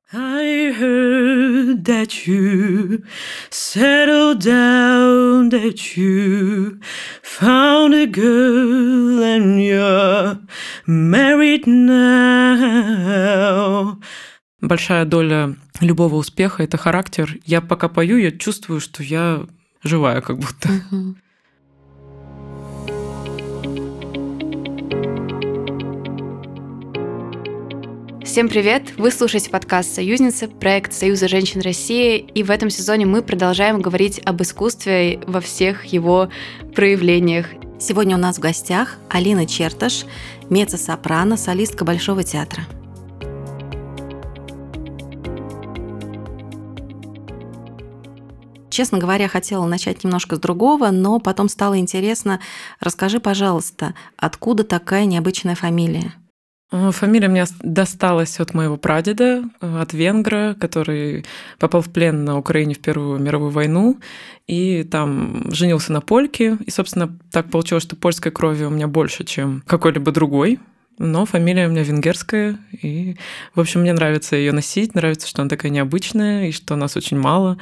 I heard that you settled down, that you found a girl and you're married now. Большая доля любого успеха – это характер. Я пока пою, я чувствую, что я живая как будто. Всем привет! Вы слушаете подкаст «Союзницы», проект Союза женщин России, и в этом сезоне мы продолжаем говорить об искусстве во всех его проявлениях. Сегодня у нас в гостях Алина Черташ, меццо-сопрано, солистка Большого театра. Честно говоря, хотела начать немножко с другого, но потом стало интересно. Расскажи, пожалуйста, откуда такая необычная фамилия? Фамилия мне досталась от моего прадеда, от венгра, который попал в плен на Украине в Первую мировую войну, и там женился на польке. И, собственно, так получилось, что польской крови у меня больше, чем какой-либо другой. Но фамилия у меня венгерская, и, в общем, мне нравится ее носить, нравится, что она такая необычная, и что нас очень мало,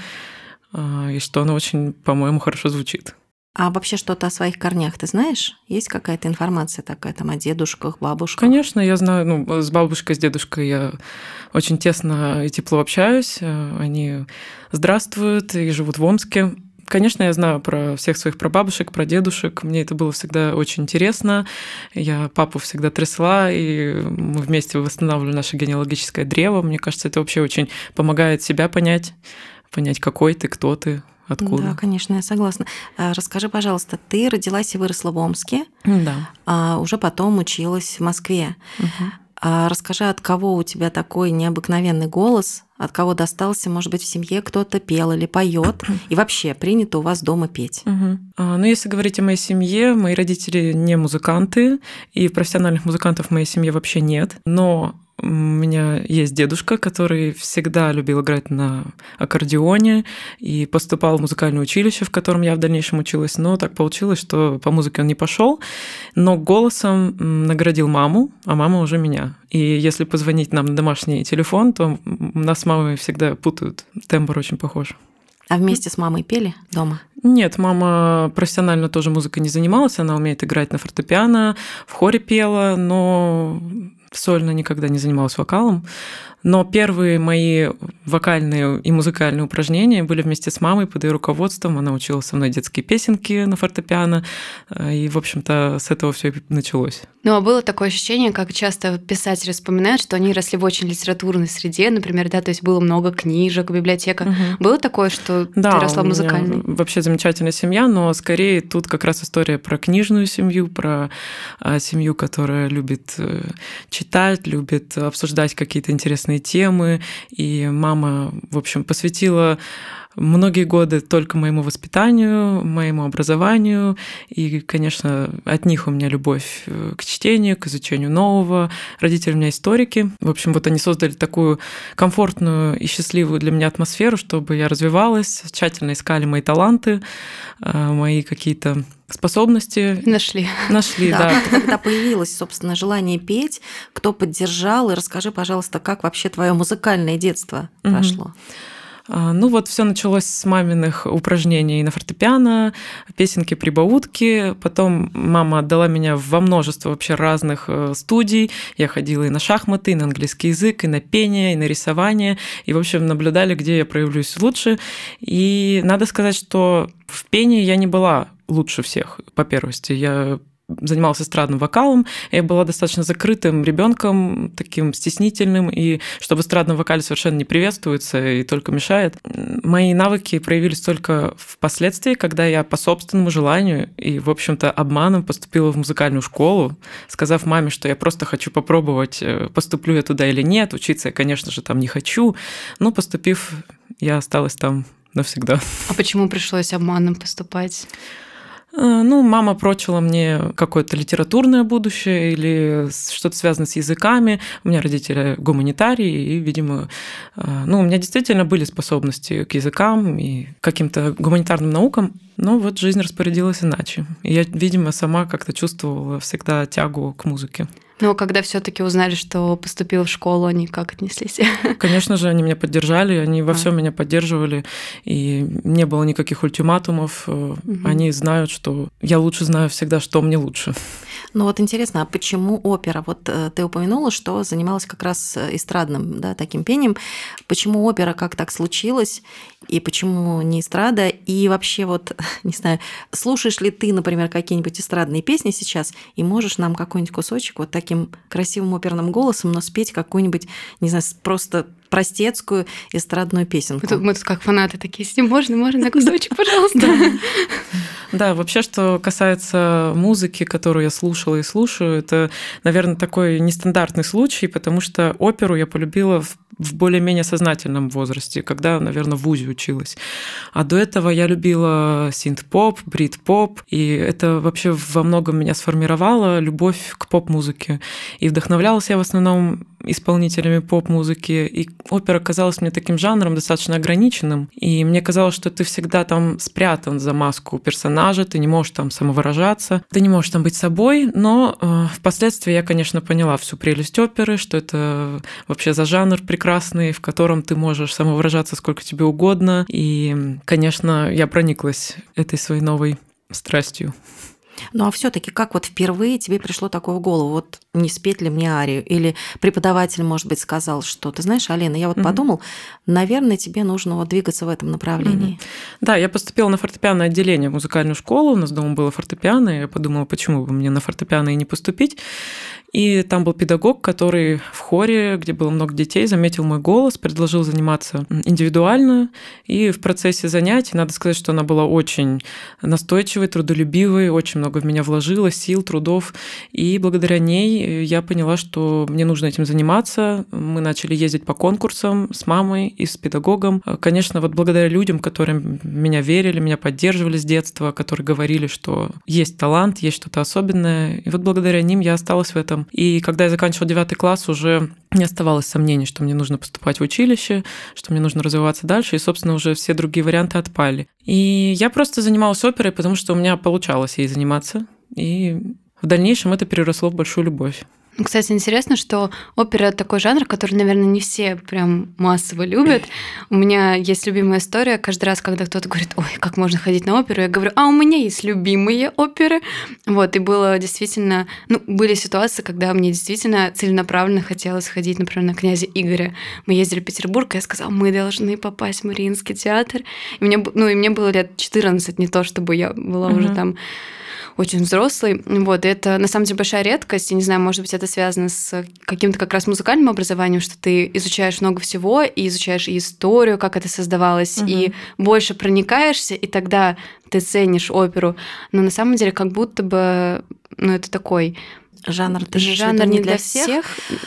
и что она очень, по-моему, хорошо звучит. А вообще что-то о своих корнях ты знаешь? Есть какая-то информация такая там о дедушках, бабушках? Конечно, я знаю, с бабушкой, с дедушкой я очень тесно и тепло общаюсь. Они здравствуют и живут в Омске. Конечно, я знаю про всех своих прабабушек, про дедушек. Мне это было всегда очень интересно. Я папу всегда трясла, и мы вместе восстанавливали наше генеалогическое древо. Мне кажется, это вообще очень помогает себя понять, какой ты, кто ты. Откуда? Да, конечно, я согласна. Расскажи, пожалуйста, ты родилась и выросла в Омске, Да. а уже потом училась в Москве. Расскажи, от кого у тебя такой необыкновенный голос, от кого достался, может быть, в семье кто-то пел или поет, и вообще принято у вас дома петь? Если говорить о моей семье, мои родители не музыканты, и профессиональных музыкантов в моей семье вообще нет, но у меня есть дедушка, который всегда любил играть на аккордеоне и поступал в музыкальное училище, в котором я в дальнейшем училась, но так получилось, что по музыке он не пошел, но голосом наградил маму, а мама уже меня. И если позвонить нам на домашний телефон, то нас с мамой всегда путают. Тембр очень похож. А вместе с мамой пели дома? Нет, мама профессионально тоже музыкой не занималась, она умеет играть на фортепиано, в хоре пела, но сольно никогда не занималась вокалом. Но первые мои вокальные и музыкальные упражнения были вместе с мамой под ее руководством. Она учила со мной детские песенки на фортепиано. И, в общем-то, с этого все и началось. Ну, а было такое ощущение, как часто писатели вспоминают, что они росли в очень литературной среде, например, да, то есть было много книжек, библиотека. Было такое, что ты росла в музыкальной? Да, вообще замечательная семья, но скорее тут как раз история про книжную семью, про семью, которая любит читать, любит обсуждать какие-то интересные темы. И мама, в общем, посвятила многие годы только моему воспитанию, моему образованию. И, конечно, от них у меня любовь к чтению, к изучению нового. Родители у меня историки. В общем, вот они создали такую комфортную и счастливую для меня атмосферу, чтобы я развивалась, тщательно искали мои таланты, мои какие-то способности. Нашли, да. Когда появилось, собственно, желание петь, кто поддержал? И расскажи, пожалуйста, как вообще твое музыкальное детство прошло? Все началось с маминых упражнений на фортепиано, песенки-прибаутки. Потом мама отдала меня во множество вообще разных студий. Я ходила и на шахматы, и на английский язык, и на пение, и на рисование. И, в общем, наблюдали, где я проявлюсь лучше. И надо сказать, что в пении я не была лучше всех по первости. Я занималась эстрадным вокалом, я была достаточно закрытым ребенком, таким стеснительным, и что в эстрадном вокале совершенно не приветствуется и только мешает. Мои навыки проявились только впоследствии, когда я по собственному желанию и, в общем-то, обманом поступила в музыкальную школу, сказав маме, что я просто хочу попробовать, поступлю я туда или нет. Учиться я, конечно же, там не хочу, но поступив, я осталась там навсегда. А почему пришлось обманом поступать? Мама прочила мне какое-то литературное будущее или что-то связанное с языками. У меня родители гуманитарии, и, видимо, у меня действительно были способности к языкам и каким-то гуманитарным наукам, но вот жизнь распорядилась иначе. И я, видимо, сама как-то чувствовала всегда тягу к музыке. Но когда все-таки узнали, что поступил в школу, они как отнеслись? Конечно же, они меня поддержали, они во всем меня поддерживали, и не было никаких ультиматумов. Они знают, что я лучше знаю всегда, что мне лучше. Ну вот интересно, а почему опера? Вот ты упомянула, что занималась как раз эстрадным, да, таким пением. Почему опера, как так случилось? И почему не эстрада? И вообще вот, не знаю, слушаешь ли ты, например, какие-нибудь эстрадные песни сейчас и можешь нам какой-нибудь кусочек вот таким красивым оперным голосом, но спеть какую-нибудь, не знаю, просто простецкую эстрадную песенку? Мы тут как фанаты такие сидим. Можно на кусочек, пожалуйста? Да, вообще, что касается музыки, которую я слушала и слушаю, это, наверное, такой нестандартный случай, потому что оперу я полюбила в более-менее сознательном возрасте, когда, наверное, в вузе училась. А до этого я любила синт-поп, брит-поп, и это вообще во многом меня сформировало любовь к поп-музыке. И вдохновлялась я в основном исполнителями поп-музыки, и опера казалась мне таким жанром достаточно ограниченным, и мне казалось, что ты всегда там спрятан за маску персонажа, ты не можешь там самовыражаться, ты не можешь там быть собой, но впоследствии я, конечно, поняла всю прелесть оперы, что это вообще за жанр прекрасный, в котором ты можешь самовыражаться сколько тебе угодно, и, конечно, я прониклась этой своей новой страстью. Ну а все-таки как вот впервые тебе пришло такое в голову, вот не спеть ли мне арию? Или преподаватель, может быть, сказал, что ты знаешь, Алина, я вот подумал, наверное, тебе нужно вот двигаться в этом направлении. Да, я поступила на фортепианное отделение в музыкальную школу, у нас дома было фортепиано, и я подумала, почему бы мне на фортепиано и не поступить. И там был педагог, который в хоре, где было много детей, заметил мой голос, предложил заниматься индивидуально. И в процессе занятий, надо сказать, что она была очень настойчивой, трудолюбивой, очень много в меня вложила сил, трудов. И благодаря ней я поняла, что мне нужно этим заниматься. Мы начали ездить по конкурсам с мамой и с педагогом. Конечно, вот благодаря людям, которые меня верили, меня поддерживали с детства, которые говорили, что есть талант, есть что-то особенное. И вот благодаря ним я осталась в этом. И когда я заканчивала 9 класс, уже не оставалось сомнений, что мне нужно поступать в училище, что мне нужно развиваться дальше, и, собственно, уже все другие варианты отпали. И я просто занималась оперой, потому что у меня получалось ей заниматься, и в дальнейшем это переросло в большую любовь. Кстати, интересно, что опера такой жанр, который, наверное, не все прям массово любят. У меня есть любимая история. Каждый раз, когда кто-то говорит, ой, как можно ходить на оперу, я говорю, а у меня есть любимые оперы. Вот, и было действительно... были ситуации, когда мне действительно целенаправленно хотелось ходить, например, на «Князя Игоря». Мы ездили в Петербург, и я сказала, мы должны попасть в Мариинский театр. И мне было лет 14, не то чтобы я была уже там очень взрослый. Вот, и это, на самом деле, большая редкость. Я не знаю, может быть, это связано с каким-то как раз музыкальным образованием, что ты изучаешь много всего, и изучаешь и историю, как это создавалось, и больше проникаешься, и тогда ты ценишь оперу. Но на самом деле, как будто бы, это такой... Жанр не для всех.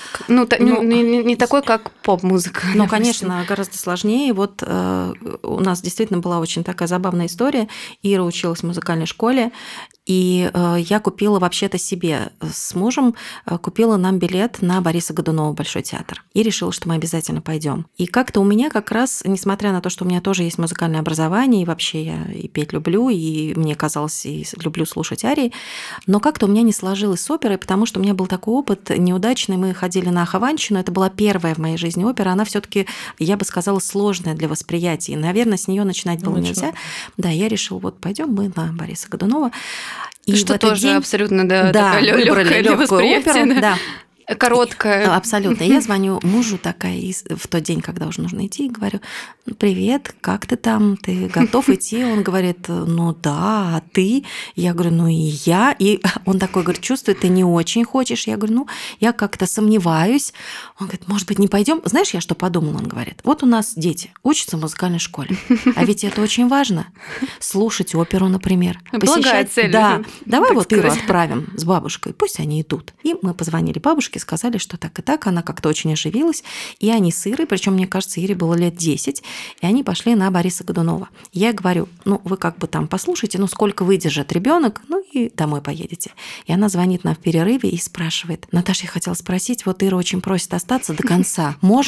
Не такой, как поп-музыка. Ну, конечно, гораздо сложнее. Вот у нас действительно была очень такая забавная история. Ира училась в музыкальной школе, и я купила вообще-то себе с мужем, купила нам билет на Бориса Годунова в Большой театр. И решила, что мы обязательно пойдем. И как-то у меня как раз, несмотря на то, что у меня тоже есть музыкальное образование, и вообще я и петь люблю, и мне казалось, и люблю слушать арии, но как-то у меня не сложилось с оперой, потому что у меня был такой опыт неудачный. Мы ходили на Хованщину, это была первая в моей жизни опера, она все-таки, я бы сказала, сложная для восприятия. И, наверное, с нее начинать было нельзя. Да, я решила, вот пойдем мы на Бориса Годунова. И что тоже день... абсолютно, да, выбрали легкую оперу, да. Короткая. Абсолютно. Я звоню мужу такая в тот день, когда уже нужно идти, и говорю, привет, как ты там, ты готов идти? Он говорит, ну да, а ты? Я говорю, ну и я. И он такой говорит, чувствую, ты не очень хочешь. Я говорю, ну, я как-то сомневаюсь. Он говорит, может быть, не пойдем? Знаешь, я что подумала? Он говорит, вот у нас дети учатся в музыкальной школе, а ведь это очень важно. Слушать оперу, например. Благая цель. Да, давай вот Иру отправим с бабушкой, пусть они идут. И мы позвонили бабушке, сказали, что так и так, она как-то очень оживилась, и они с Ирой, причем мне кажется, Ире было лет 10, и они пошли на Бориса Годунова. Я говорю, ну, вы как бы там послушайте, ну, сколько выдержит ребенок, ну, и домой поедете. И она звонит нам в перерыве и спрашивает, Наташа, я хотела спросить, вот Ира очень просит остаться до конца, можно?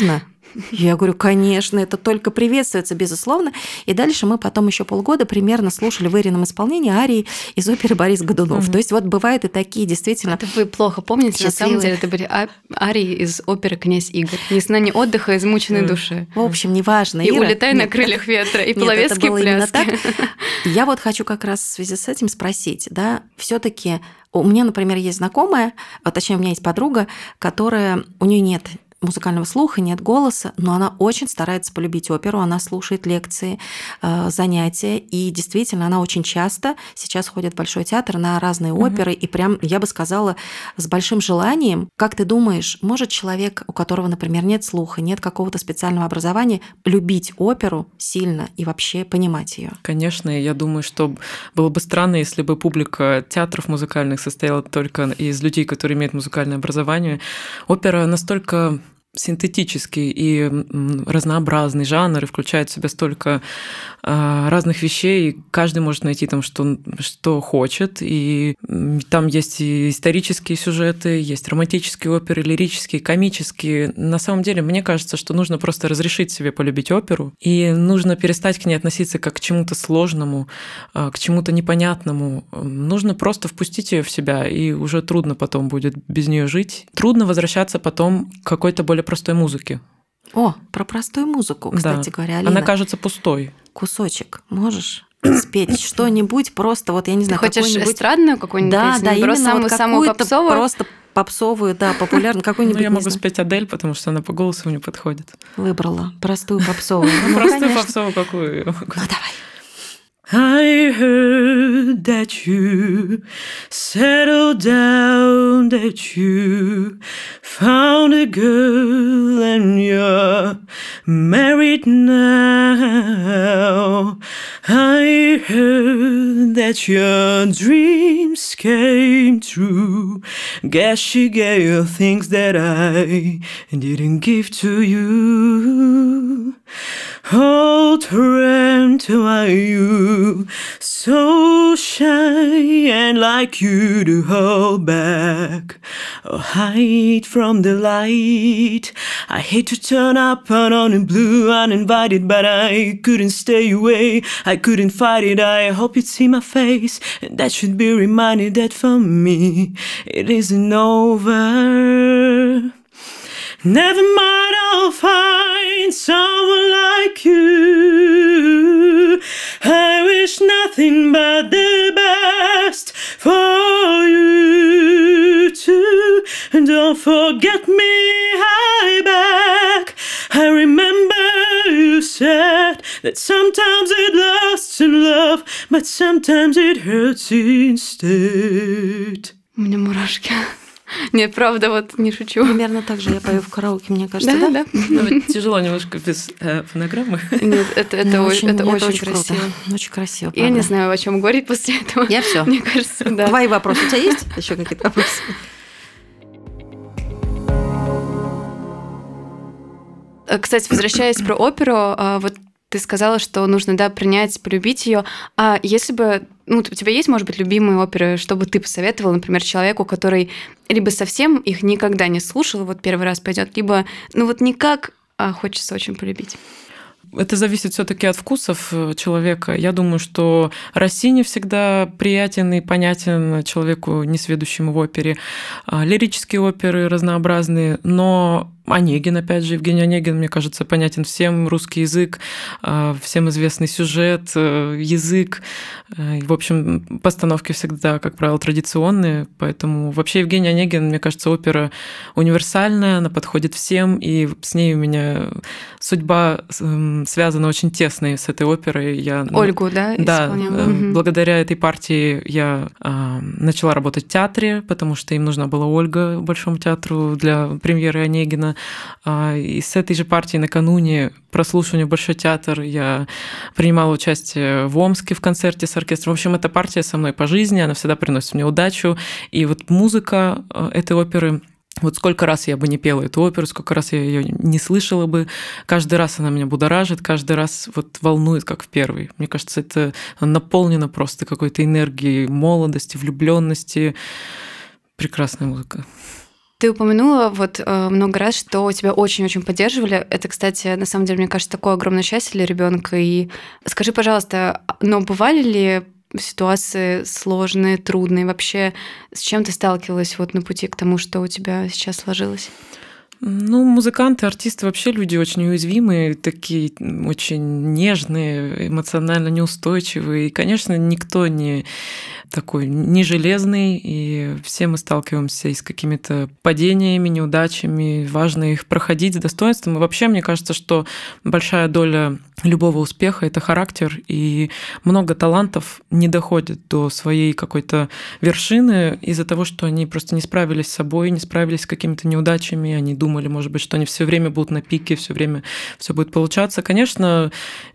Я говорю, конечно, это только приветствуется, безусловно. И дальше мы потом еще полгода примерно слушали в Ирином исполнении арии из оперы «Борис Годунов». То есть вот бывают и такие действительно... Это вы плохо помните, на самом деле это были арии из оперы «Князь Игорь». «Ни сна, ни отдыха» измученной души. В общем, неважно. И «Улетай на крыльях ветра», и «Половецкие пляски». Я вот хочу как раз в связи с этим спросить, да, все-таки у меня, например, есть знакомая, точнее, у меня есть подруга, которая, у нее нет музыкального слуха, нет голоса, но она очень старается полюбить оперу, она слушает лекции, занятия, и действительно, она очень часто сейчас ходит в Большой театр на разные оперы, и прям, я бы сказала, с большим желанием. Как ты думаешь, может человек, у которого, например, нет слуха, нет какого-то специального образования, любить оперу сильно и вообще понимать ее? Конечно, я думаю, что было бы странно, если бы публика театров музыкальных состояла только из людей, которые имеют музыкальное образование. Опера настолько синтетический и разнообразный жанр, и включает в себя столько разных вещей, и каждый может найти там, что хочет, и там есть и исторические сюжеты, есть романтические оперы, лирические, комические. На самом деле, мне кажется, что нужно просто разрешить себе полюбить оперу, и нужно перестать к ней относиться как к чему-то сложному, к чему-то непонятному. Нужно просто впустить ее в себя, и уже трудно потом будет без нее жить. Трудно возвращаться потом к какой-то более простой музыке. О, про простую музыку, кстати говоря, Алина. Она кажется пустой. Кусочек можешь спеть что-нибудь просто, вот я не знаю, хочешь какую-нибудь... эстрадную какую-нибудь Да, песню? именно самую вот попсовую? Просто попсовую, да, популярную, какую-нибудь, я могу спеть Адель, потому что она по голосу мне подходит. Выбрала простую попсовую. Простую попсовую какую? Ну, давай. I heard that you settled down, that you found a girl and you're married now. I heard that your dreams came true. Guess she gave you things that I didn't give to you. Hold her to you, so shy and like you to hold back or hide from the light. I hate to turn up on in blue uninvited, but I couldn't stay away. I couldn't fight it. I hope you'd see my face, and that should be reminded that for me it isn't over. Never mind, I'll find someone like you. I wish nothing but the best for you too. And don't forget me, high back. I remember you said that sometimes it lasts in love, but sometimes it hurts instead. У меня мурашки. Нет, правда, вот не шучу. Примерно так же я пою в караоке, мне кажется, да? Да. Тяжело немножко без фонограммы. Нет, это очень красиво. Очень красиво. Я не знаю, о чем говорить после этого. Я все. Мне кажется, да. Твои вопросы. У тебя есть еще какие-то вопросы? Кстати, возвращаясь про оперу, вот ты сказала, что нужно, да, принять, полюбить ее. А если бы, у тебя есть, может быть, любимые оперы, что бы ты посоветовала, например, человеку, который либо совсем их никогда не слушал, вот первый раз пойдет, либо, никак, а хочется очень полюбить? Это зависит все-таки от вкусов человека. Я думаю, что Россини всегда приятен и понятен человеку, несведущему в опере. Лирические оперы разнообразные, но Онегин, опять же, Евгений Онегин, мне кажется, понятен всем. Русский язык, всем известный сюжет, язык. В общем, постановки всегда, как правило, традиционные. Поэтому вообще Евгений Онегин, мне кажется, опера универсальная, она подходит всем, и с ней у меня судьба связана очень тесно с этой оперой. Ольгу, да? Да, благодаря этой партии я начала работать в театре, потому что им нужна была Ольга Большому театру для премьеры Онегина. И с этой же партией накануне прослушивания Большой театр я принимала участие в Омске в концерте с оркестром. В общем, эта партия со мной по жизни, она всегда приносит мне удачу. И вот музыка этой оперы, вот сколько раз я бы не пела эту оперу, сколько раз я ее не слышала бы, каждый раз она меня будоражит, каждый раз вот волнует, как в первый. Мне кажется, это наполнено просто какой-то энергией молодости, влюбленности. Прекрасная музыка. Ты упомянула вот много раз, что тебя очень-очень поддерживали. Это, кстати, на самом деле, мне кажется, такое огромное счастье для ребенка. И скажи, пожалуйста, но бывали ли ситуации сложные, трудные? Вообще, с чем ты сталкивалась вот на пути к тому, что у тебя сейчас сложилось? Ну, музыканты, артисты вообще люди очень уязвимые, такие очень нежные, эмоционально неустойчивые. И, конечно, никто не такой не железный, и все мы сталкиваемся и с какими-то падениями, неудачами. Важно их проходить с достоинством. И вообще, мне кажется, что большая доля любого успеха — это характер, и много талантов не доходят до своей какой-то вершины из-за того, что они просто не справились с собой, не справились с какими-то неудачами, они думали, может быть, что они все время будут на пике, все время все будет получаться. Конечно,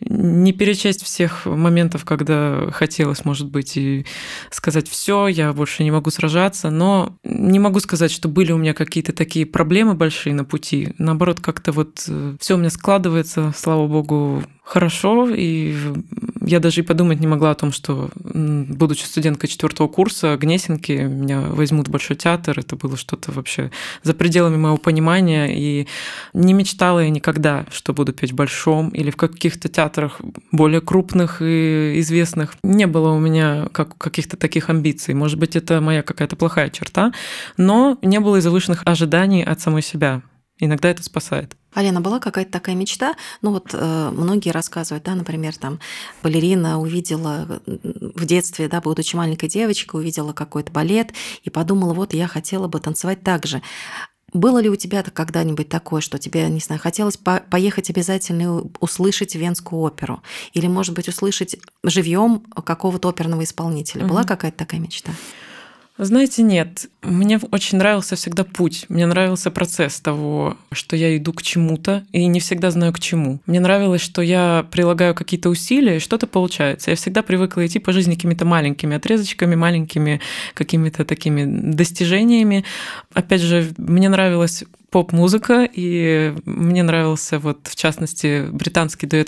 не перечесть всех моментов, когда хотелось, может быть, и сказать: все, я больше не могу сражаться, но не могу сказать, что были у меня какие-то такие проблемы большие на пути. Наоборот, как-то вот все у меня складывается, слава богу, хорошо, и я даже и подумать не могла о том, что, будучи студенткой 4-го курса Гнесинки, меня возьмут в Большой театр. Это было что-то вообще за пределами моего понимания, и не мечтала я никогда, что буду петь в Большом или в каких-то театрах более крупных и известных. Не было у меня каких-то таких амбиций. Может быть, это моя какая-то плохая черта, но не было и завышенных ожиданий от самой себя. Иногда это спасает. Алена, была какая-то такая мечта? Ну вот многие рассказывают, да, например, там балерина увидела в детстве, да, будучи маленькой девочкой, увидела какой-то балет и подумала: вот я хотела бы танцевать так же. Было ли у тебя когда-нибудь такое, что тебе, не знаю, хотелось поехать обязательно и услышать Венскую оперу? Или, может быть, услышать живьем какого-то оперного исполнителя? Была какая-то такая мечта? Знаете, нет. Мне очень нравился всегда путь. Мне нравился процесс того, что я иду к чему-то и не всегда знаю к чему. Мне нравилось, что я прилагаю какие-то усилия, и что-то получается. Я всегда привыкла идти по жизни какими-то маленькими отрезочками, маленькими какими-то такими достижениями. Опять же, мне нравилась поп-музыка, и мне нравился вот, в частности, британский дуэт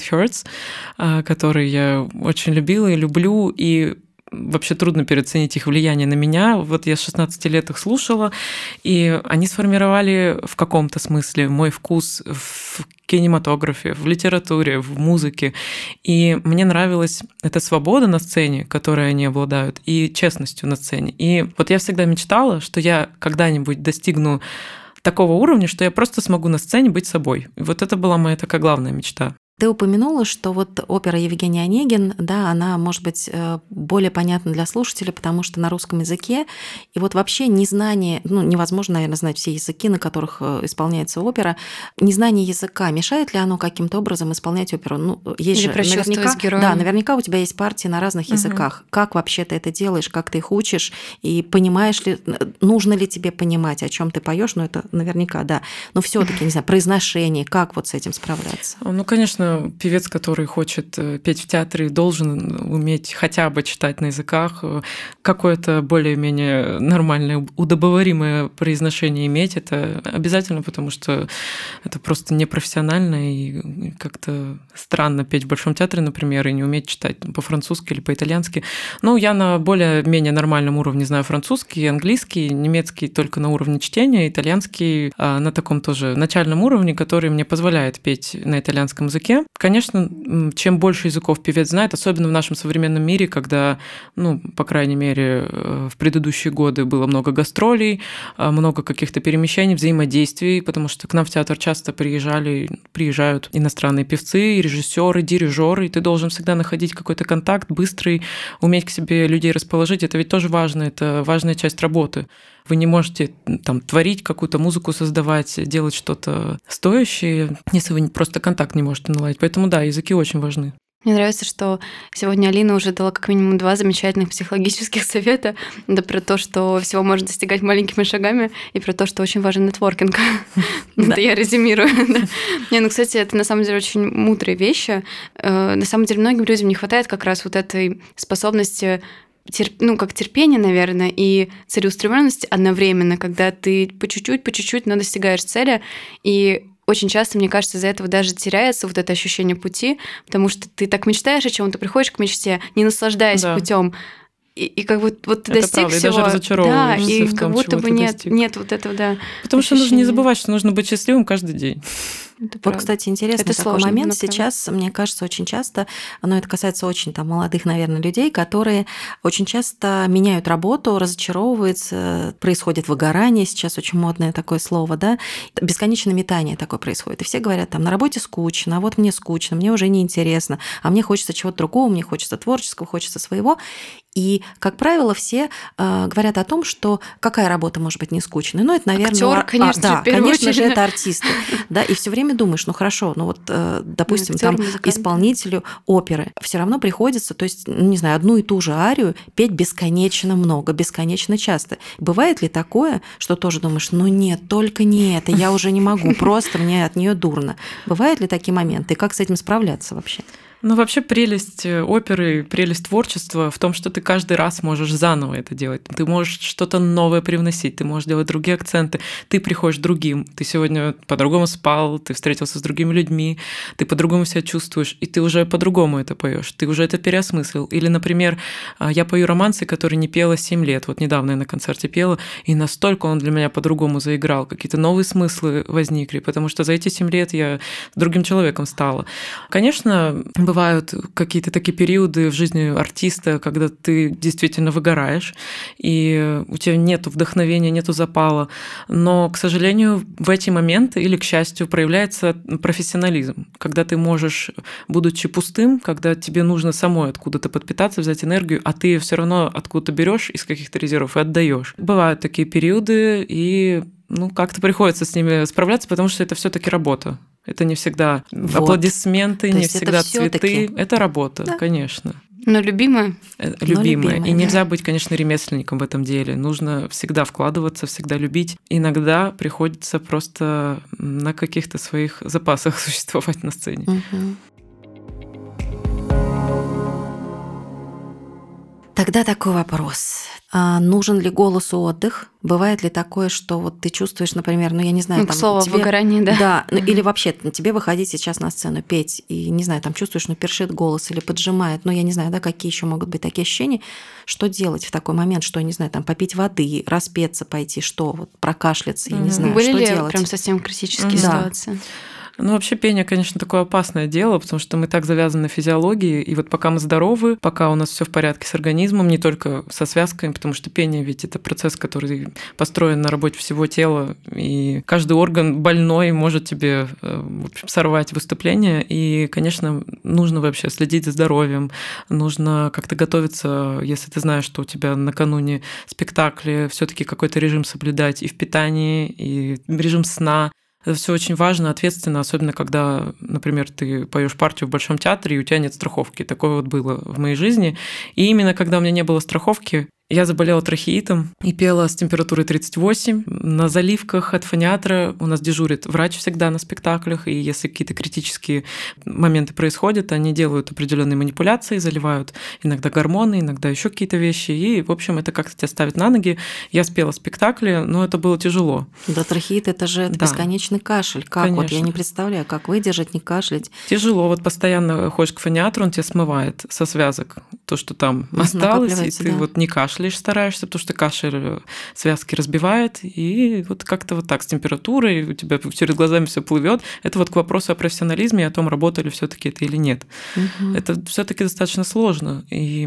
Hurts, который я очень любила и люблю, и вообще трудно переоценить их влияние на меня. Вот я с 16 лет их слушала, и они сформировали в каком-то смысле мой вкус в кинематографе, в литературе, в музыке. И мне нравилась эта свобода на сцене, которой они обладают, и честностью на сцене. И вот я всегда мечтала, что я когда-нибудь достигну такого уровня, что я просто смогу на сцене быть собой. И вот это была моя такая главная мечта. Ты упомянула, что вот опера Евгений Онегин, да, она может быть более понятна для слушателя, потому что на русском языке. И вот вообще незнание, невозможно, наверное, знать все языки, на которых исполняется опера. Незнание языка, мешает ли оно каким-то образом исполнять оперу? Есть или же прочувствовать наверняка, героя. да, наверняка у тебя есть партии на разных языках. Как вообще ты это делаешь, как ты их учишь, и понимаешь ли, нужно ли тебе понимать, о чем ты поешь? Это наверняка, да. Но все-таки, не знаю, произношение, как вот с этим справляться? Конечно, певец, который хочет петь в театре, должен уметь хотя бы читать на языках, какое-то более-менее нормальное, удобоваримое произношение иметь. Это обязательно, потому что это просто непрофессионально и как-то странно петь в Большом театре, например, и не уметь читать по-французски или по-итальянски. Я на более-менее нормальном уровне знаю французский, английский, немецкий только на уровне чтения, итальянский на таком тоже начальном уровне, который мне позволяет петь на итальянском языке. Конечно, чем больше языков певец знает, особенно в нашем современном мире, когда, по крайней мере, в предыдущие годы было много гастролей, много каких-то перемещений, взаимодействий, потому что к нам в театр часто приезжают иностранные певцы, режиссеры, дирижеры, и ты должен всегда находить какой-то контакт быстрый, уметь к себе людей расположить. Это ведь тоже важно, это важная часть работы. Вы не можете творить какую-то музыку, создавать, делать что-то стоящее, если вы просто контакт не можете наладить. Поэтому да, языки очень важны. Мне нравится, что сегодня Алина уже дала как минимум 2 замечательных психологических совета. Это про то, что всего можно достигать маленькими шагами, и про то, что очень важен нетворкинг. Это я резюмирую. Кстати, это на самом деле очень мудрые вещи. На самом деле многим людям не хватает как раз вот этой способности как терпение, наверное, и целеустремленность одновременно, когда ты по чуть-чуть, но достигаешь цели. И очень часто, мне кажется, из-за этого даже теряется вот это ощущение пути, потому что ты так мечтаешь о чем-то, приходишь к мечте, не наслаждаясь путем, и как будто вот ты Это достиг правда, и всего. даже разочаровываешься и в том, как будто чего бы ты нет достиг. вот этого, да. Потому что нужно не ощущения. забывать, что нужно быть счастливым каждый день. Это Вот, правда. кстати, интересный Это такой сложно, момент но правда. сейчас, мне кажется, очень часто, но это касается очень там молодых, наверное, людей, которые очень часто меняют работу, разочаровываются, происходит выгорание, сейчас очень модное такое слово, да, бесконечное метание такое происходит. И все говорят, там, на работе скучно, а вот мне скучно, мне уже неинтересно, а мне хочется чего-то другого, мне хочется творческого, хочется своего. И, как правило, все говорят о том, что какая работа может быть не скучной. Ну, это, наверное... Актер, конечно, да, в первую конечно же, очередь. это артисты. Да, и все время думаешь, ну хорошо, ну вот, допустим, актер, там музыкант. исполнителю оперы все равно приходится, то есть, ну, не знаю, одну и ту же арию петь бесконечно много, бесконечно часто. Бывает ли такое, что тоже думаешь, ну нет, только не это, я уже не могу, просто мне от нее дурно. Бывают ли такие моменты? И как с этим справляться вообще? Ну, вообще прелесть оперы, прелесть творчества в том, что ты каждый раз можешь заново это делать. Ты можешь что-то новое привносить, ты можешь делать другие акценты, ты приходишь другим, ты сегодня по-другому спал, ты встретился с другими людьми, ты по-другому себя чувствуешь, и ты уже по-другому это поешь, ты уже это переосмыслил. Или, например, я пою романсы, которые не пела 7 лет. Вот недавно я на концерте пела, и настолько он для меня по-другому заиграл, какие-то новые смыслы возникли, потому что за эти 7 лет я другим человеком стала. Конечно, бывают какие-то такие периоды в жизни артиста, когда ты действительно выгораешь, и у тебя нету вдохновения, нету запала. Но, к сожалению, в эти моменты, или, к счастью, проявляется профессионализм, когда ты можешь, будучи пустым, когда тебе нужно самой откуда-то подпитаться, взять энергию, а ты ее все равно откуда-то берешь из каких-то резервов и отдаешь. Бывают такие периоды, и как-то приходится с ними справляться, потому что это все-таки работа. Это не всегда аплодисменты, не всегда цветы. Это работа, да. Конечно. Но любимая? Любимая. И нельзя быть, конечно, ремесленником в этом деле. Нужно всегда вкладываться, всегда любить. Иногда приходится просто на каких-то своих запасах существовать на сцене. Тогда такой вопрос. Нужен ли голосу отдых? Бывает ли такое, что вот ты чувствуешь, например, я не знаю, там слово тебе... выгорание, да. Да, или вообще тебе выходить сейчас на сцену, петь, и, не знаю, там чувствуешь, першит голос или поджимает, я не знаю, да, какие еще могут быть такие ощущения. Что делать в такой момент? Что, не знаю, там попить воды, распеться пойти, что, вот прокашляться, я не знаю, Были что ли делать? прям совсем критические ситуации? Вообще пение, конечно, такое опасное дело, потому что мы так завязаны на физиологии, и вот пока мы здоровы, пока у нас все в порядке с организмом, не только со связками, потому что пение ведь это процесс, который построен на работе всего тела, и каждый орган больной может тебе сорвать выступление, и, конечно, нужно вообще следить за здоровьем, нужно как-то готовиться, если ты знаешь, что у тебя накануне спектакля, все-таки какой-то режим соблюдать и в питании, и режим сна. Это все очень важно, ответственно, особенно когда, например, ты поешь партию в Большом театре, и у тебя нет страховки. Такое вот было в моей жизни. И именно когда у меня не было страховки, я заболела трахеитом и пела с температурой 38. На заливках от фониатора у нас дежурит врач всегда на спектаклях, и если какие-то критические моменты происходят, они делают определенные манипуляции, заливают иногда гормоны, иногда еще какие-то вещи, и, в общем, это как-то тебя ставит на ноги. Я спела спектакли, но это было тяжело. Да, трахеит – это же бесконечный кашель. Как? Конечно. Вот я не представляю, как выдержать, не кашлять. Тяжело. Вот постоянно ходишь к фониатру, он тебя смывает со связок то, что там осталось, и ты вот не кашляешь, стараешься, потому что кашель связки разбивает, и вот как-то вот так с температурой у тебя перед глазами все плывет. Это вот к вопросу о профессионализме, о том, работали все-таки это или нет. Это все-таки достаточно сложно. И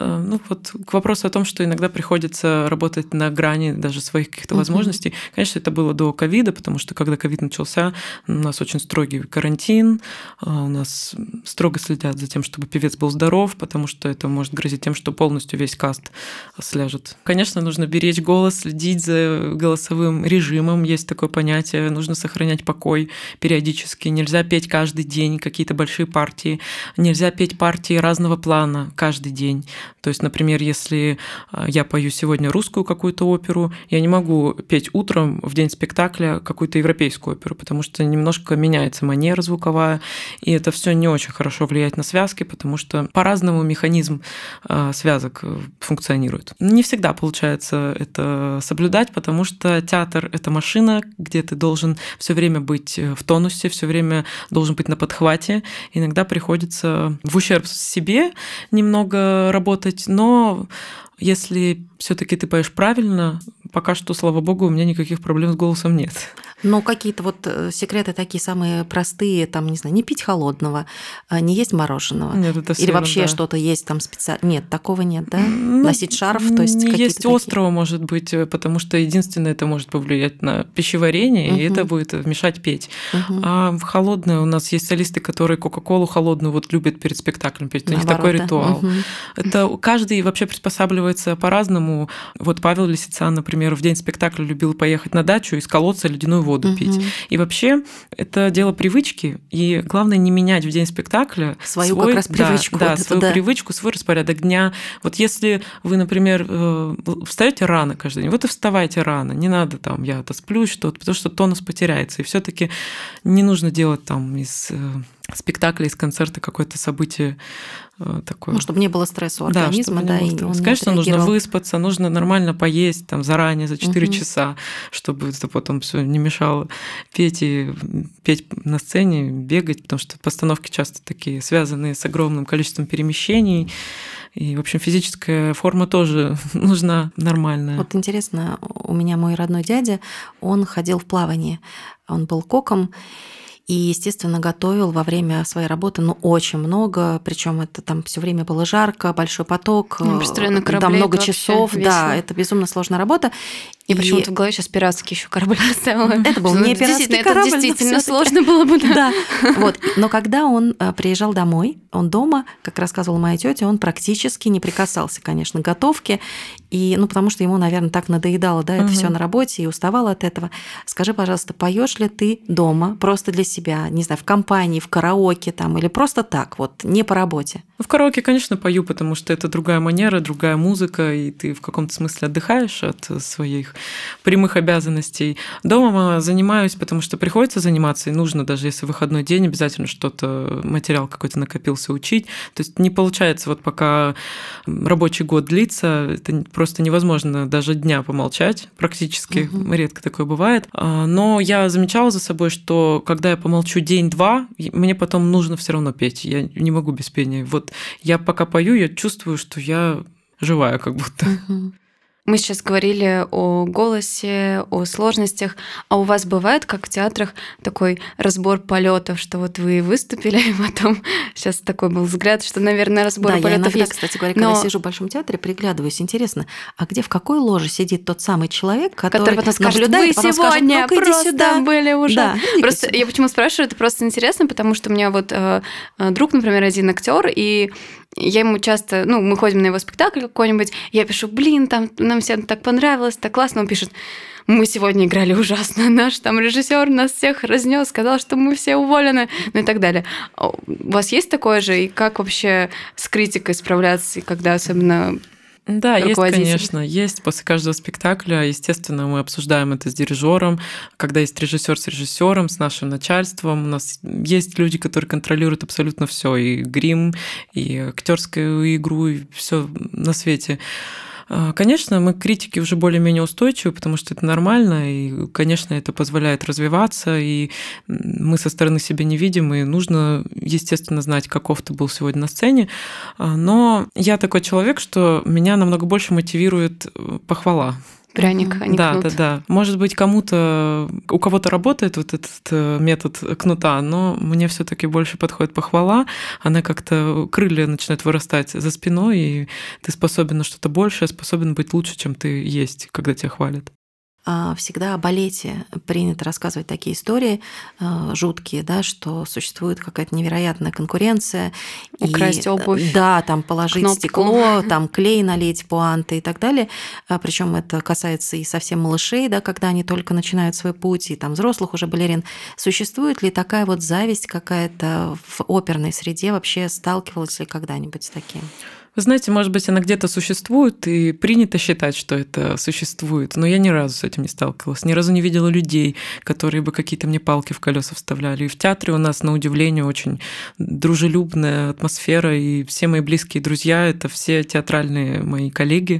вот к вопросу о том, что иногда приходится работать на грани даже своих каких-то возможностей. Конечно, это было до ковида, потому что когда ковид начался, у нас очень строгий карантин, у нас строго следят за тем, чтобы певец был здоров, потому что это может грозить тем, что полностью весь каст сляжет. Конечно, нужно беречь голос, следить за голосовым режимом. Есть такое понятие. Нужно сохранять покой периодически. Нельзя петь каждый день какие-то большие партии. Нельзя петь партии разного плана каждый день. То есть, например, если я пою сегодня русскую какую-то оперу, я не могу петь утром в день спектакля какую-то европейскую оперу, потому что немножко меняется манера звуковая, и это все не очень хорошо влияет на связки, потому что по-разному механизм связок функционирует. Не всегда получается это соблюдать, потому что театр — это машина, где ты должен все время быть в тонусе, все время должен быть на подхвате. Иногда приходится в ущерб себе немного работать, но Если все-таки ты поешь правильно, пока что, слава богу, у меня никаких проблем с голосом нет. Но какие-то вот секреты такие самые простые, там, не знаю, не пить холодного, не есть мороженого. Нет, это или вообще да. что-то есть там специально. Нет, такого нет, да? Носить шарф, то есть не какие-то есть такие... острого, может быть, потому что единственное, это может повлиять на пищеварение, и это будет мешать петь. А в холодное у нас есть солисты, которые Кока-Колу холодную вот любят перед спектаклем петь. У них такой ритуал. Это каждый вообще приспосабливается по-разному. Вот Павел Лисицын, например, в день спектакля любил поехать на дачу и из колодца ледяную воду пить. И вообще это дело привычки, и главное не менять в день спектакля свою как раз привычку. Да, свою привычку, свой распорядок дня. Вот если вы, например, встаете рано каждый день, вот и вставайте рано, не надо там, я отосплюсь что-то, потому что тонус потеряется, и все-таки не нужно делать там из спектакля, из концерта какое-то событие такое. Ну, чтобы не было стресса у организма, да, и он конечно, нужно выспаться, нужно нормально поесть там заранее, за 4 часа, чтобы это потом все не мешало петь на сцене, бегать, потому что постановки часто такие связанные с огромным количеством перемещений. И, в общем, физическая форма тоже нужна нормальная. Вот интересно, у меня мой родной дядя, он ходил в плавание, он был коком, и, естественно, готовил во время своей работы, очень много, причем это там все время было жарко, большой поток, там много часов, да, это безумно сложная работа. Я почему-то в голове сейчас пиратский еще корабль оставила. Это был не пиратский корабль. Это действительно сложно было бы. Да. Вот. Но когда он приезжал домой, он дома, как рассказывала моя тетя, он практически не прикасался, конечно, к готовке. И, потому что ему, наверное, так надоедало, да, это все на работе, и уставал от этого. Скажи, пожалуйста, поешь ли ты дома просто для себя, не знаю, в компании, в караоке там, или просто так, вот, не по работе? В караоке, конечно, пою, потому что это другая манера, другая музыка, и ты в каком-то смысле отдыхаешь от своих прямых обязанностей. Дома занимаюсь, потому что приходится заниматься, и нужно, даже если выходной день, обязательно что-то, материал какой-то накопился, учить. То есть не получается, вот пока рабочий год длится, это просто невозможно даже дня помолчать, практически, редко такое бывает. Но я замечала за собой, что когда я помолчу день-два, мне потом нужно все равно петь. Я не могу без пения. Вот я пока пою, я чувствую, что я живая как будто. Мы сейчас говорили о голосе, о сложностях. А у вас бывает, как в театрах, такой разбор полетов, что вот вы выступили, и потом сейчас такой был взгляд, что, наверное, разбор полетов я иногда, есть. Кстати говоря, когда сижу в Большом театре, приглядываюсь, интересно, а где, в какой ложе сидит тот самый человек, который потом скажет, наблюдает, вы сегодня скажет, ну-ка, просто сюда. были уже. Да, просто я почему спрашиваю, это просто интересно, потому что у меня вот друг, например, один актер, и я ему часто, мы ходим на его спектакль какой-нибудь, я пишу, там нам всем так понравилось, так классно. Он пишет, мы сегодня играли ужасно, наш там режиссер нас всех разнес, сказал, что мы все уволены, и так далее. У вас есть такое же? И как вообще с критикой справляться, когда особенно... Да, есть, конечно, есть. После каждого спектакля, естественно, мы обсуждаем это с дирижером, когда есть режиссер с режиссером, с нашим начальством. У нас есть люди, которые контролируют абсолютно все, и грим, и актерскую игру, и все на свете. Конечно, мы к критике уже более-менее устойчивы, потому что это нормально, и, конечно, это позволяет развиваться, и мы со стороны себя не видим, и нужно, естественно, знать, каков ты был сегодня на сцене. Но я такой человек, что меня намного больше мотивирует похвала. Пряник, а не кнут. Да. Может быть, у кого-то работает вот этот метод кнута, но мне все-таки больше подходит похвала. Она как-то крылья начинают вырастать за спиной, и ты способен на что-то большее, способен быть лучше, чем ты есть, когда тебя хвалят. Всегда о балете принято рассказывать такие истории жуткие, да, что существует какая-то невероятная конкуренция. Украсть обувь. Да, там положить кнопку. стекло, там клей налить, пуанты и так далее. Причем это касается и совсем малышей, да, когда они только начинают свой путь, и там взрослых уже балерин. Существует ли такая вот зависть какая-то в оперной среде? Вообще сталкивалась ли когда-нибудь с таким? Вы знаете, может быть, она где-то существует, и принято считать, что это существует, но я ни разу с этим не сталкивалась, ни разу не видела людей, которые бы какие-то мне палки в колеса вставляли. И в театре у нас, на удивление, очень дружелюбная атмосфера, и все мои близкие друзья — это все театральные мои коллеги.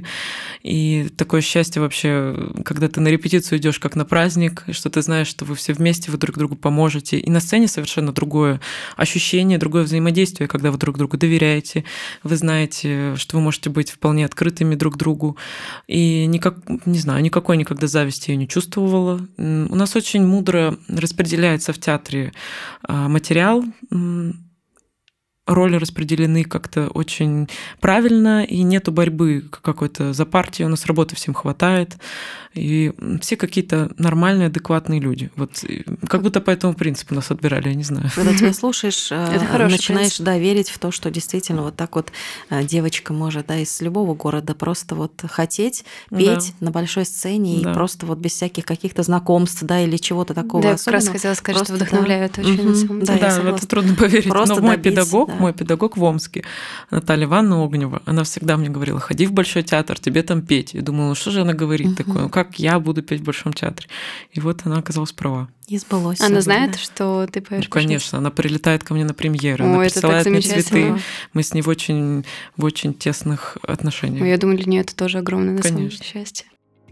И такое счастье вообще, когда ты на репетицию идешь как на праздник, что ты знаешь, что вы все вместе, вы друг другу поможете. И на сцене совершенно другое ощущение, другое взаимодействие, когда вы друг другу доверяете, вы знаете, вместе, что вы можете быть вполне открытыми друг к другу. И никакой никогда зависти я не чувствовала. У нас очень мудро распределяется в театре материал, роли распределены как-то очень правильно, и нету борьбы какой-то за партию, у нас работы всем хватает, и все какие-то нормальные, адекватные люди. Вот как будто по этому принципу нас отбирали, я не знаю. Когда тебя слушаешь, начинаешь верить в то, что действительно вот так вот девочка может из любого города просто вот хотеть петь на большой сцене и просто вот без всяких каких-то знакомств, или чего-то такого. Да, я как раз хотела сказать, что вдохновляет очень, на самом деле. Да, в это трудно поверить. Но мой педагог в Омске, Наталья Ивановна Огнева, она всегда мне говорила: ходи в Большой театр, тебе там петь. Я думала, что же она говорит такое? Как я буду петь в Большом театре? И вот она оказалась права. И сбылось. Она знает, что ты поешь? Конечно, она прилетает ко мне на премьеру, она присылает мне цветы. Мы с ней в очень тесных отношениях. Я думаю, для нее это тоже огромное на самом деле счастье.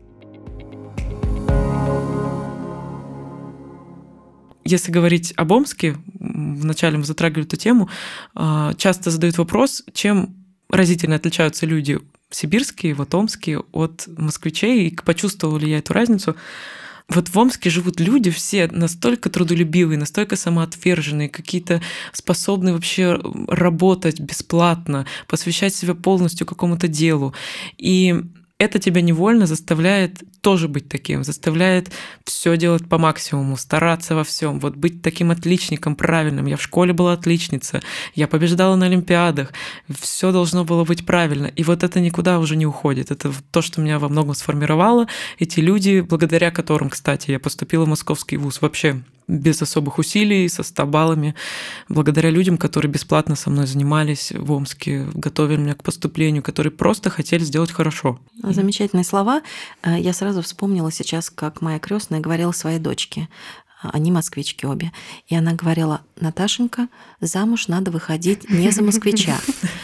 Если говорить об Омске, вначале мы затрагивали эту тему, часто задают вопрос, чем разительно отличаются люди сибирские, вот омские, от москвичей, и почувствовала ли я эту разницу. Вот в Омске живут люди все настолько трудолюбивые, настолько самоотверженные, какие-то способные вообще работать бесплатно, посвящать себя полностью какому-то делу. И это тебя невольно заставляет тоже быть таким, заставляет все делать по максимуму, стараться во всем, вот быть таким отличником правильным. Я в школе была отличница, я побеждала на олимпиадах, все должно было быть правильно. И вот это никуда уже не уходит. Это то, что меня во многом сформировало. Эти люди, благодаря которым, кстати, я поступила в Московский вуз вообще без особых усилий, со 100 баллами, благодаря людям, которые бесплатно со мной занимались в Омске, готовили меня к поступлению, которые просто хотели сделать хорошо. Замечательные слова. Я сразу вспомнила сейчас, как моя крестная говорила своей дочке. Они москвички обе. И она говорила: Наташенька, замуж надо выходить не за москвича.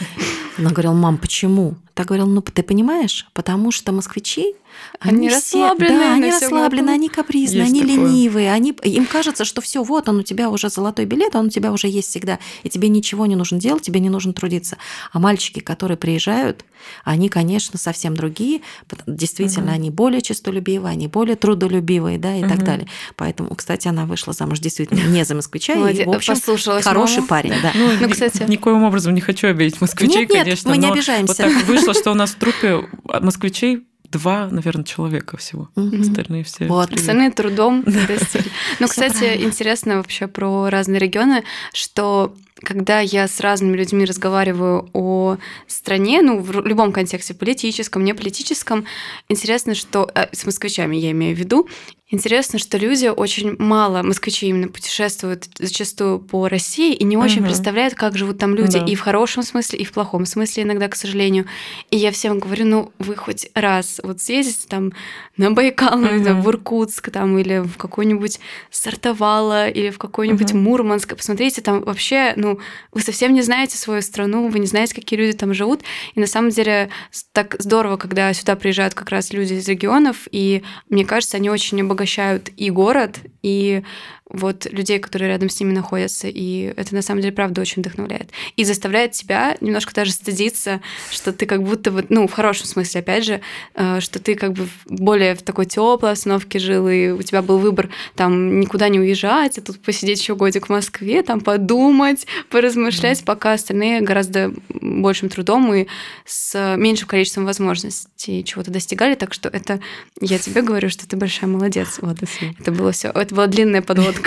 Она говорила: мам, почему? Так говорила: ты понимаешь, потому что москвичи, они расслабленные, они расслабленные, они капризные, они ленивые, им кажется, что все, вот он у тебя уже золотой билет, он у тебя уже есть всегда, и тебе ничего не нужно делать, тебе не нужно трудиться. А мальчики, которые приезжают, они, конечно, совсем другие, действительно, они более честолюбивые, они более трудолюбивые, и так далее. Поэтому, кстати, она вышла замуж действительно не за москвича, и, в общем, хороший парень. Да. Ну, кстати, никоим образом не хочу обидеть москвичей, конечно. Нет, мы не обижаемся. Вот так вышло, что у нас в труппе москвичей 2, наверное, человека всего. Остальные все. Вот, остальные трудом достигли. Ну, кстати, интересно вообще про разные регионы, что когда я с разными людьми разговариваю о стране, в любом контексте, политическом, неполитическом, интересно, что... С москвичами я имею в виду. Интересно, что люди очень мало, москвичи именно, путешествуют зачастую по России и не очень представляют, как живут там люди, и в хорошем смысле, и в плохом смысле иногда, к сожалению. И я всем говорю, вы хоть раз вот съездите там на Байкал, в Иркутск, или в какой-нибудь Сартовало, или в какой-нибудь Мурманск, посмотрите, там вообще, вы совсем не знаете свою страну, вы не знаете, какие люди там живут. И на самом деле так здорово, когда сюда приезжают как раз люди из регионов, и мне кажется, они очень обогащают и город, и вот людей, которые рядом с ними находятся. И это на самом деле, правда, очень вдохновляет. И заставляет тебя немножко даже стыдиться, что ты как будто в хорошем смысле, опять же, что ты как бы более в такой теплой обстановке жил, и у тебя был выбор там никуда не уезжать, а тут посидеть еще годик в Москве, там подумать, поразмышлять, пока остальные гораздо большим трудом и с меньшим количеством возможностей чего-то достигали. Так что это я тебе говорю, что ты большая молодец. Вот. Это было все. Это была длинная подводка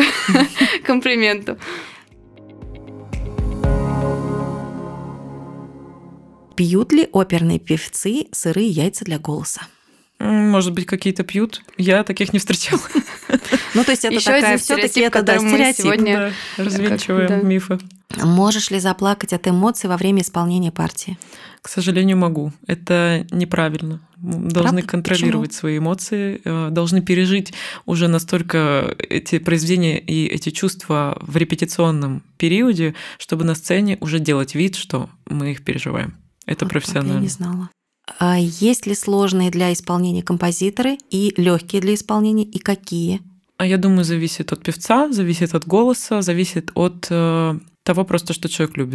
к комплименту. Пьют ли оперные певцы сырые яйца для голоса? Может быть, какие-то пьют. Я таких не встречала. То есть это такая все-таки это стереотип. Сегодня развенчиваем мифы. Можешь ли заплакать от эмоций во время исполнения партии? К сожалению, могу. Это неправильно. Должны контролировать свои эмоции, должны пережить уже настолько эти произведения и эти чувства в репетиционном периоде, чтобы на сцене уже делать вид, что мы их переживаем. Это профессионально. Я не знала. А есть ли сложные для исполнения композиторы и легкие для исполнения, и какие? А я думаю, зависит от певца, зависит от голоса, зависит от того просто, что человек любит.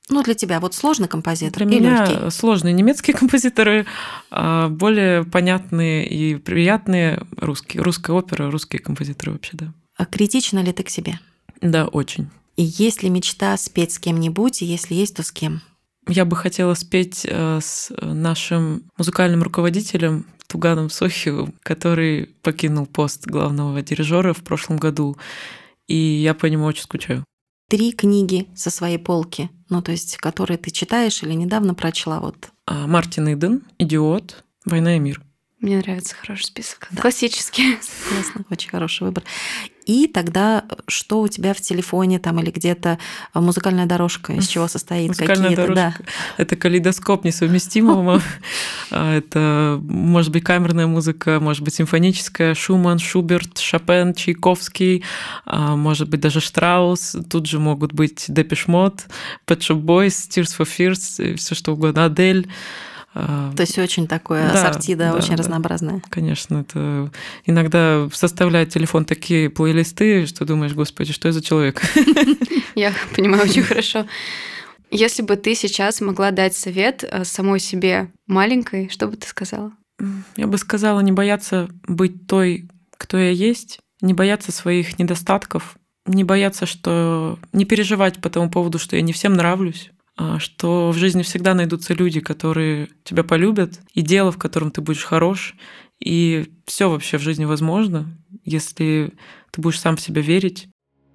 Для тебя вот сложный композитор Для и меня легкий? сложные немецкие композиторы, а более понятные и приятные русские. Русская опера, русские композиторы вообще, да. А критична ли ты к себе? Да, очень. И есть ли мечта спеть с кем-нибудь, и если есть, то с кем? Я бы хотела спеть с нашим музыкальным руководителем Туганом Сохиу, который покинул пост главного дирижера в прошлом году, и я по нему очень скучаю. 3 книги со своей полки, то есть которые ты читаешь или недавно прочла. Мартин Иден, «Идиот», «Война и мир». Мне нравится хороший список. Да. Классический. Классно, очень хороший выбор. И тогда что у тебя в телефоне там или где-то музыкальная дорожка, из чего состоит? Музыкальная дорожка. Да. Это калейдоскоп несовместимого. Это может быть камерная музыка, может быть симфоническая, Шуман, Шуберт, Шопен, Чайковский, может быть даже Штраус. Тут же могут быть Депеш Мод, Pet Shop Boys, Tears for Fears, все что угодно, Адель. То есть очень такое ассорти, да, очень разнообразное. Конечно, это иногда составляет телефон такие плейлисты, что думаешь, господи, что я за человек? Я понимаю очень хорошо. Если бы ты сейчас могла дать совет самой себе маленькой, что бы ты сказала? Я бы сказала, не бояться быть той, кто я есть, не бояться своих недостатков, не бояться, что не переживать по тому поводу, что я не всем нравлюсь, что в жизни всегда найдутся люди, которые тебя полюбят, и дело, в котором ты будешь хорош, и все вообще в жизни возможно, если ты будешь сам в себя верить.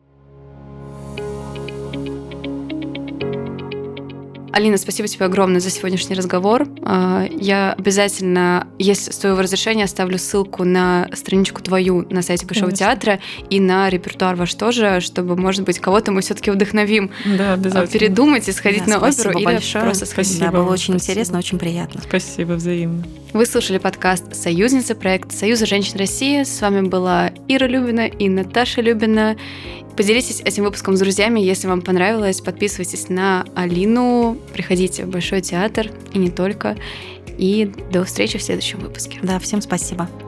Алина, спасибо тебе огромное за сегодняшний разговор. Я обязательно, если с твоего разрешения, оставлю ссылку на страничку твою на сайте Большого театра и на репертуар ваш тоже, чтобы, может быть, кого-то мы все-таки вдохновим передумать и сходить на оперу или большое. просто сходить. Спасибо, было очень интересно, очень приятно. Спасибо, взаимно. Вы слушали подкаст «Союзница», проект Союза женщин России. С вами была Ира Любина и Наташа Любина. Поделитесь этим выпуском с друзьями, если вам понравилось. Подписывайтесь на Алину, приходите в Большой театр и не только. И до встречи в следующем выпуске. Да, всем спасибо.